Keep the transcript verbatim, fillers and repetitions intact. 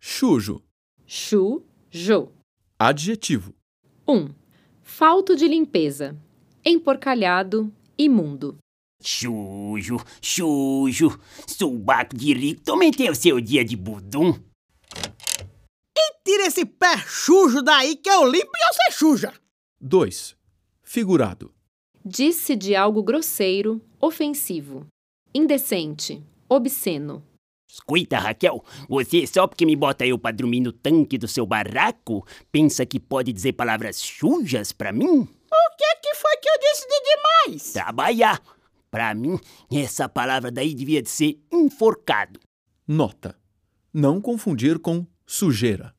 Sujo. Sujo. Adjetivo. um. Falto de limpeza. Emporcalhado, imundo. Sujo, sujo. Subaco de rico também tem o seu dia de budum. E tira esse pé sujo daí que eu limpo e você suja. dois. Figurado. Disse de algo grosseiro, ofensivo. Indecente, obsceno. Escuta, Raquel, você só porque me bota eu pra dormir no tanque do seu barraco, pensa que pode dizer palavras sujas pra mim? O que que foi que eu disse de demais? Trabalhar. Pra mim, essa palavra daí devia de ser enforcado. Nota. Não confundir com sujeira.